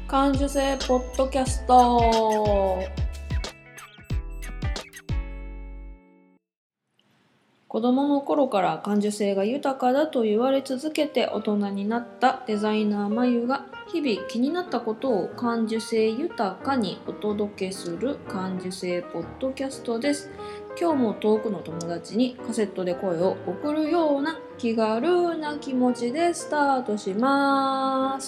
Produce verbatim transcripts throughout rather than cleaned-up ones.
感受性ポッドキャスト。子供の頃から感受性が豊かだと言われ続けて大人になったデザイナーまゆが日々気になったことを感受性豊かにお届けする感受性ポッドキャストです。今日も遠くの友達にカセットで声を送るような気軽な気持ちでスタートします。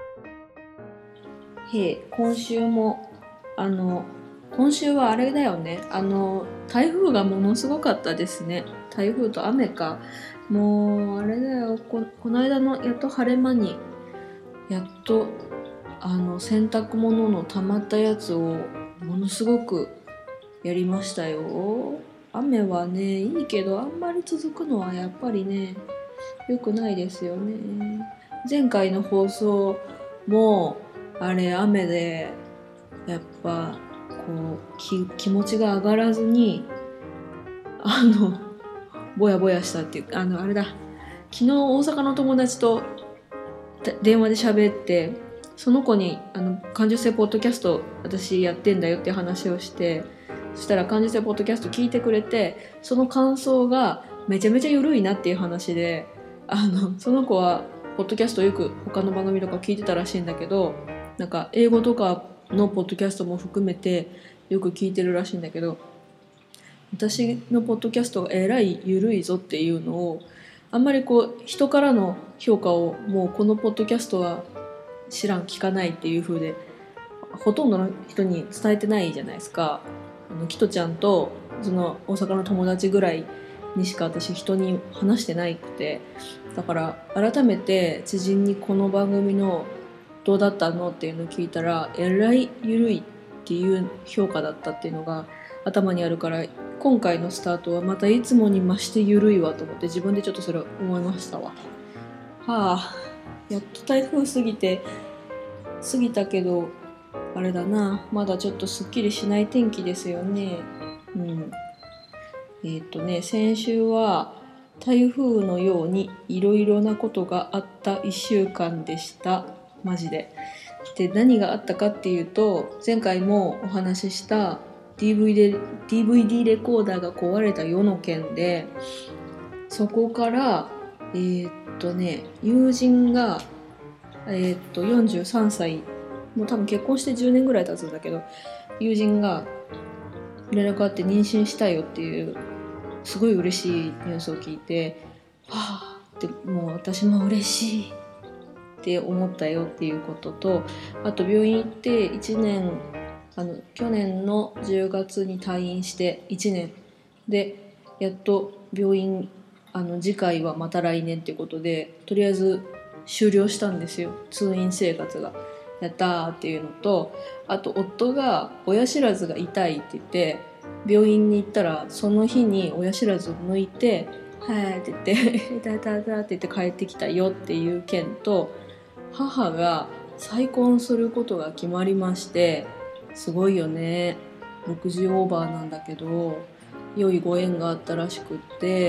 へえ、今週もあの今週はあれだよね、あの台風がものすごかったですね。台風と雨か、もうあれだよ、 こ, この間のやっと晴れ間にやっとあの洗濯物の溜まったやつをものすごくやりましたよ。雨はねいいけど、あんまり続くのはやっぱりね良くないですよね。前回の放送もあれ雨でやっぱこう 気, 気持ちが上がらずにあのぼやぼやしたっていう、あのあれだ、昨日大阪の友達と電話で喋って、その子にあの感受性ポッドキャスト私やってんだよって話をして、そしたら感受性ポッドキャスト聞いてくれて、その感想がめちゃめちゃ緩いなっていう話で、あのその子はポッドキャストよく他の番組とか聞いてたらしいんだけど、なんか英語とかのポッドキャストも含めてよく聞いてるらしいんだけど、私のポッドキャストがえらい緩いぞっていうのをあんまりこう人からの評価をもうこのポッドキャストは知らん聞かないっていう風でほとんどの人に伝えてないじゃないですか。あのキトちゃんとその大阪の友達ぐらいにしか私人に話してないくて、だから改めて知人にこの番組のどうだったのっていうのを聞いたらえらい緩いっていう評価だったっていうのが頭にあるから、今回のスタートはまたいつもに増して緩いわと思って自分でちょっとそれ思いましたわ。はあ、やっと台風過ぎて過ぎたけどあれだな、まだちょっとすっきりしない天気ですよね。うんえー、っとね先週は台風のようにいろいろなことがあったいっしゅうかんでした。マジで。で何があったかっていうと、前回もお話しした ディーブイディー, ディーブイディー レコーダーが壊れた世の件で、そこからえー、っとね友人が、えー、っとよんじゅうさんさい、もう多分結婚してじゅうねんぐらい経つんだけど、友人が連絡あって妊娠したよっていうすごい嬉しいニュースを聞いて、はぁってもう私も嬉しいって思ったよっていうことと、あと病院行っていちねん、あの去年のじゅうがつに退院していちねんでやっと病院、あの次回はまた来年っていうことでとりあえず終了したんですよ、通院生活が。やったーっていうのと、あと夫が親知らずが痛いって言って病院に行ったら、その日に親知らずを抜いてはいって言って痛い痛い痛いって言って帰ってきたよっていう件と、母が再婚することが決まりまして、すごいよね、ろくじゅうオーバーなんだけど良いご縁があったらしくって、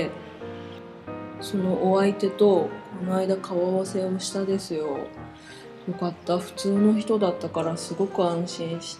そのお相手とこの間顔合わせをしたですよ。よかった、普通の人だったからすごく安心して、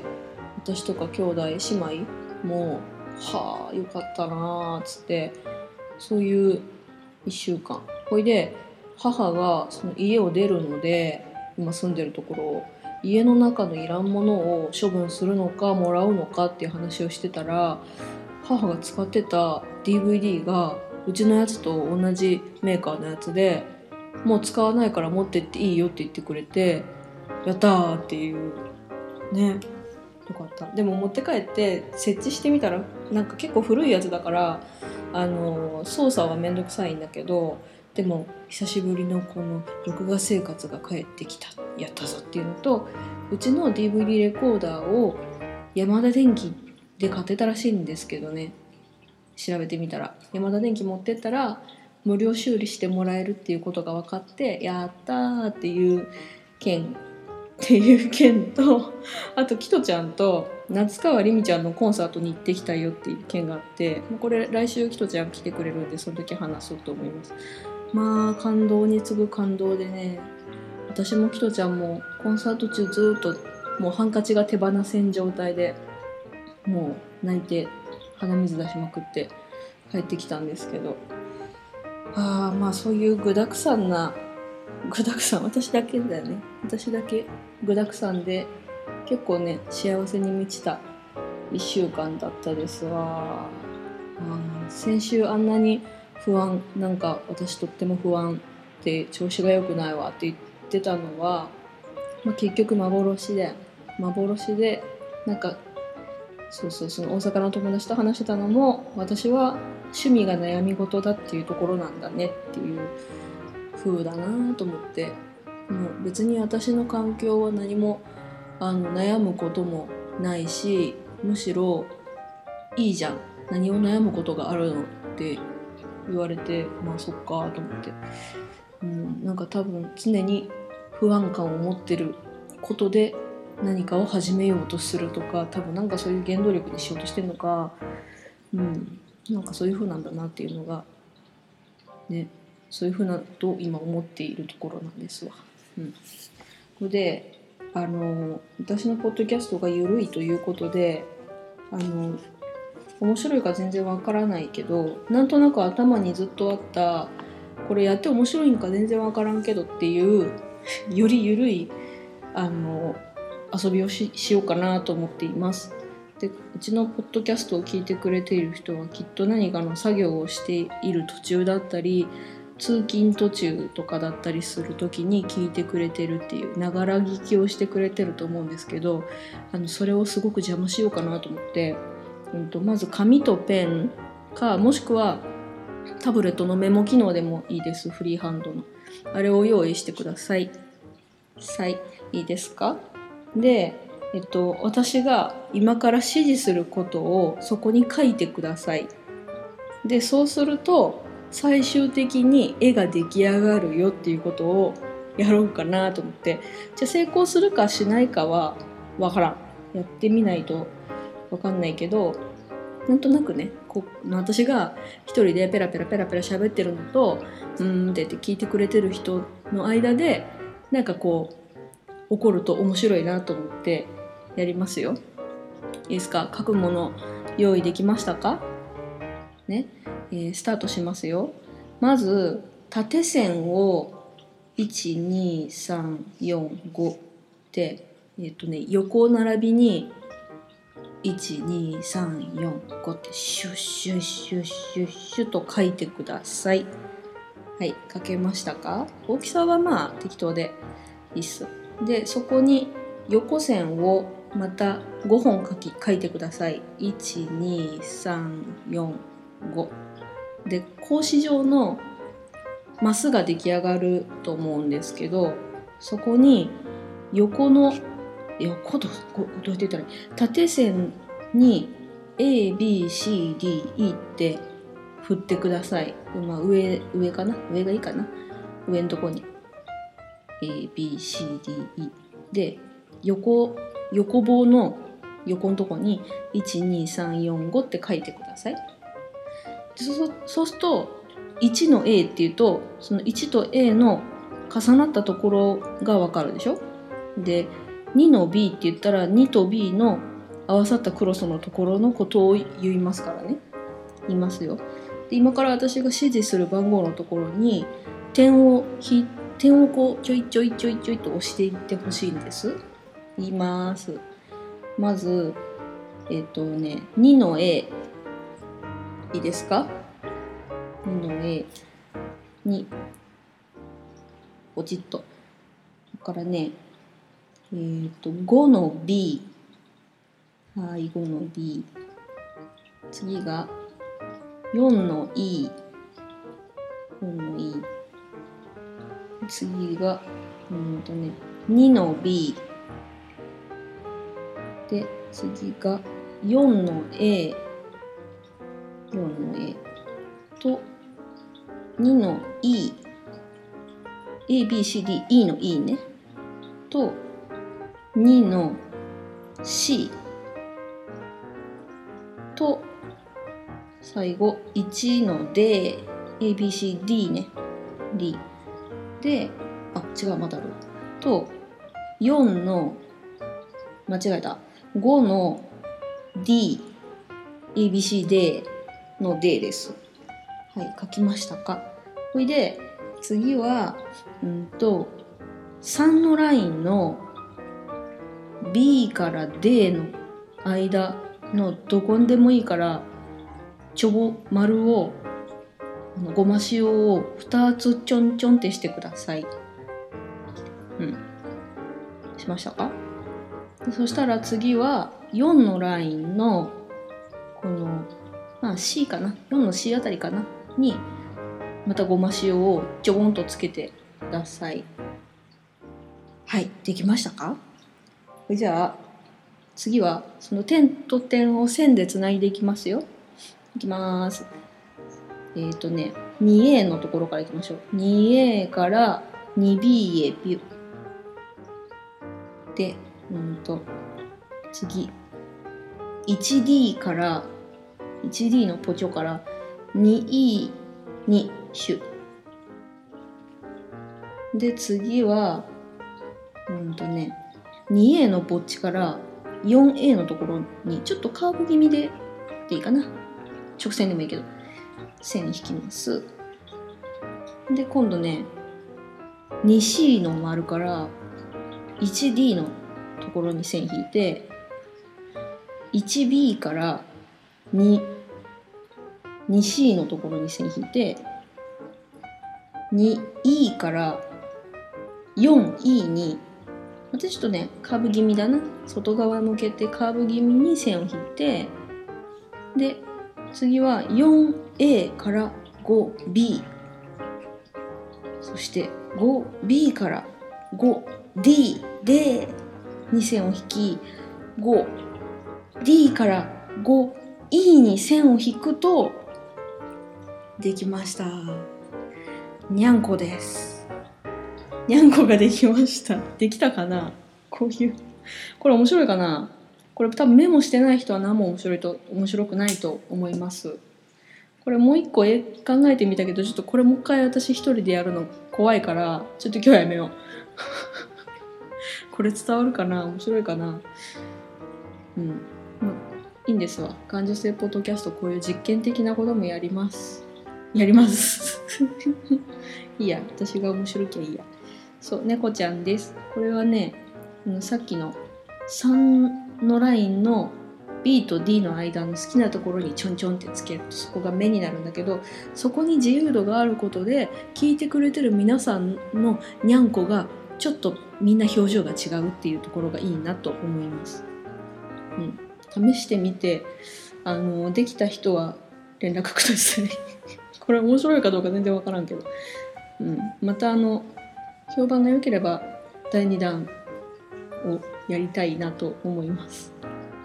私とか兄弟姉妹もはあよかったなーっつって、そういういっしゅうかん。ほいで母がその家を出るので、今住んでるところを家の中のいらんものを処分するのかもらうのかっていう話をしてたら、母が使ってた ディーブイディー がうちのやつと同じメーカーのやつで、もう使わないから持ってっていいよって言ってくれて、やったーっていうね、よかった。でも持って帰って設置してみたら、なんか結構古いやつだからあの操作はめんどくさいんだけど、でも久しぶりのこの録画生活が帰ってきた、やったぞっていうのと、うちの ディーブイディー レコーダーをヤマダ電機で買ってたらしいんですけどね、調べてみたらヤマダ電機持ってったら無料修理してもらえるっていうことが分かって、やったーっていう件っていう件と、あとキトちゃんと夏川りみちゃんのコンサートに行ってきたよっていう件があって、これ来週キトちゃん来てくれるんでその時話そうと思います。まあ感動に次ぐ感動でね、 私もキトちゃんもコンサート中ずっともうハンカチが手放せん状態でもう泣いて鼻水出しまくって帰ってきたんですけど、ああまあそういう具だくさんな具だくさん私だけだよね私だけ具だくさんで結構ね幸せに満ちたいっしゅうかんだったですわ。あ先週あんなに不安なんか私とっても不安で調子が良くないわって言ってたのは、まあ、結局幻で幻でなんかそうそうその大阪の友達と話してたのも私は趣味が悩み事だっていうところなんだねっていう風だなと思って、もう別に私の環境は何もあの悩むこともないし、むしろいいじゃん何を悩むことがあるのって言われて、まあそっかと思って、うん、なんか多分常に不安感を持ってることで何かを始めようとするとか、多分なんかそういう原動力にしようとしてるのか、うん、なんかそういう風なんだなっていうのがね、そういう風なと今思っているところなんですわ。うん、で、あの私のポッドキャストが緩いということで、あの面白いか全然わからないけど、なんとなく頭にずっとあったこれやって面白いんか全然わからんけどっていうより緩いあの遊びを し, しようかなと思っています。で、うちのポッドキャストを聞いてくれている人はきっと何かの作業をしている途中だったり通勤途中とかだったりする時に聞いてくれてるっていうながら聞きをしてくれてると思うんですけど、あのそれをすごく邪魔しようかなと思って、うん、とまず紙とペンかもしくはタブレットのメモ機能でもいいです。フリーハンドのあれを用意してください。さいいいですか？で、えっと、私が今から指示することをそこに書いてください。で、そうすると最終的に絵が出来上がるよっていうことをやろうかなと思って、じゃあ成功するかしないかはわからん。やってみないとわかんないけど、なんとなくね、こ私が一人でペラペラペラペラ喋ってるのと、うーんって言って聞いてくれてる人の間でなんかこう起こると面白いなと思ってやりますよ。いいですか？書くもの用意できましたかね、えー、スタートしますよ。まず縦線をいちにさんよんごで、えっとね、横並びにいちにさんよんごってシュッシュッシュッシュッシュッと書いてください。はい、書けましたか？大きさはまあ適当でいいっす。で、そこに横線をまたごほん書き書いてください。いちにさんよんごで、格子状のマスが出来上がると思うんですけど、そこに横の横どどうやって言ったらいい？縦線に A、B、C、D、E って振ってください。まあ、上上かな？上がいいかな？上のとこに A、B、C、D、E で、横横棒の横のとこにいちにさんよんごって書いてください。でそそうするといちの A っていうとそのいちと A の重なったところがわかるでしょ。でにの B って言ったらにと B の合わさったクロスのところのことを言いますからね。言いますよ。で今から私が指示する番号のところに点をひ点をこうちょいちょいちょいちょいと押していってほしいんです。言います。まずえっとねにの A いいですか？にの A にポチッと。それからねえー、とごの B、 はい、ごの B、 次がよんの E、 よんの E、 次がうんとねにの B で、次がよんの A、 よんの A とにの E、 A、B、C、D、E の E ねとにの C と最後いちの D、 A、B、C、D ね D で、あ、違う、まだあるとよんの間違えたごの D、 エービーシー D の D です。はい、書きましたか。それで次はうんとさんのラインの B から D の間のどこにでもいいからちょぼ丸をごま塩をふたつちょんちょんってしてください。うんしましたか。でそしたら次はよんのラインのこの、まあ、C かな、よんの C あたりかなにまたごま塩をちょぼんとつけてください。はい、できましたか。じゃあ次はその点と点を線でつないでいきますよ。いきます。えっとね にエー のところからいきましょう。 にエー から にビー へビューで、うんと次 いちディー から いちディー のポチョから にイー にシュで次はうんとね にエー のぼっちから よんエー のところにちょっとカーブ気味ででいいかな、直線でもいいけど線引きます。で今度ね にシー の丸から いちディー のところに線引いて いちビー からに にシー のところに線引いて にイー から よんイー に私ちょっとねカーブ気味だな、外側向けてカーブ気味に線を引いて、で次は よんエー から ごビー そして ごビー から ごディー でに線を引き ごディー から ごイー に線を引くとできました。にゃんこです。にゃんこができました。できたかな。こういうこれ面白いかな。これ多分メモしてない人は何も面白いと面白くないと思います。これもう一個え考えてみたけどちょっとこれもう一回私一人でやるの怖いからちょっと今日やめようこれ伝わるかな、面白いかな。うん、まあ、いいんですわ。感受性ポッドキャストこういう実験的なこともやりますやりますいいや、私が面白きゃいいや。そう、猫ちゃんです。これはね、さっきのさんのラインの B と D の間の好きなところにちょんちょんってつけるとそこが目になるんだけど、そこに自由度があることで聞いてくれてる皆さんのにゃんこがちょっとみんな表情が違うっていうところがいいなと思います。うん、試してみてあのできた人は連絡くださいこれ面白いかどうか全然わからんけど、うん、またあの評判が良ければだいにだんをやりたいなと思います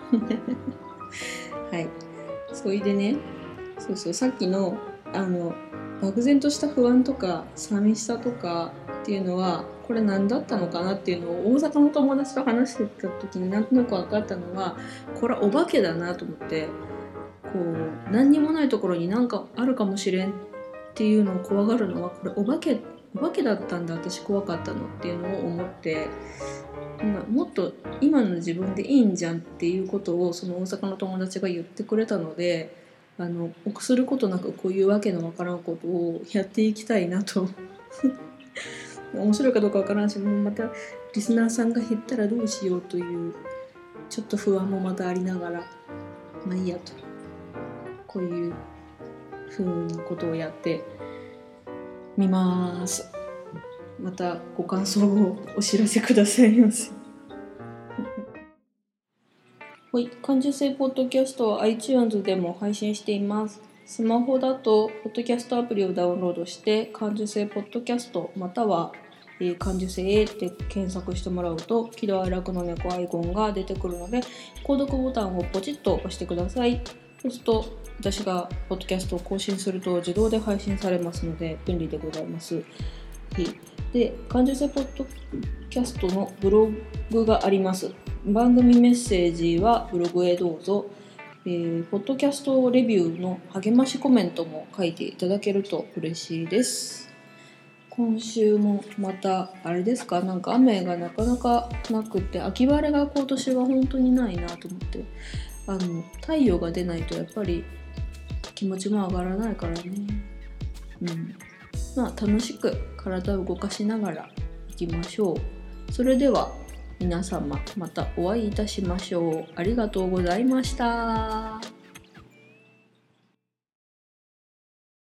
はい、それでね、そうそう、さっきのあの漠然とした不安とか寂しさとかっていうのはこれ何だったのかなっていうのを大阪の友達と話してた時になんとなく分かったのは、これはお化けだなと思って、こう何にもないところに何かあるかもしれんっていうのを怖がるのはこれお化けお化けだったんだ、私怖かったのっていうのを思って、もっと今の自分でいいんじゃんっていうことをその大阪の友達が言ってくれたので、あの臆することなくこういうわけのわからんことをやっていきたいなと面白いかどうかわからんし、もうまたリスナーさんが減ったらどうしようというちょっと不安もまたありながら、まあいいやと、こういうふうなことをやってみます。またご感想をお知らせくださいませはい、感受性ポッドキャストは iTunes でも配信しています。スマホだとポッドキャストアプリをダウンロードして感受性ポッドキャストまたは、えー、感受性って検索してもらうと喜怒哀楽の猫アイコンが出てくるので、購読ボタンをポチッと押してください。そうすると私がポッドキャストを更新すると自動で配信されますので便利でございます。はい、で感受性ポッドキャストのブログがあります。番組メッセージはブログへどうぞ、えー、ポッドキャストレビューの励ましコメントも書いていただけると嬉しいです。 今週もまたあれですか、なんか雨がなかなかなくて、秋晴れが今年は本当にないなと思って、あの太陽が出ないとやっぱり気持ちも上がらないからね。うんまあ楽しく体を動かしながらいきましょう。それでは皆様またお会いいたしましょう。ありがとうございました。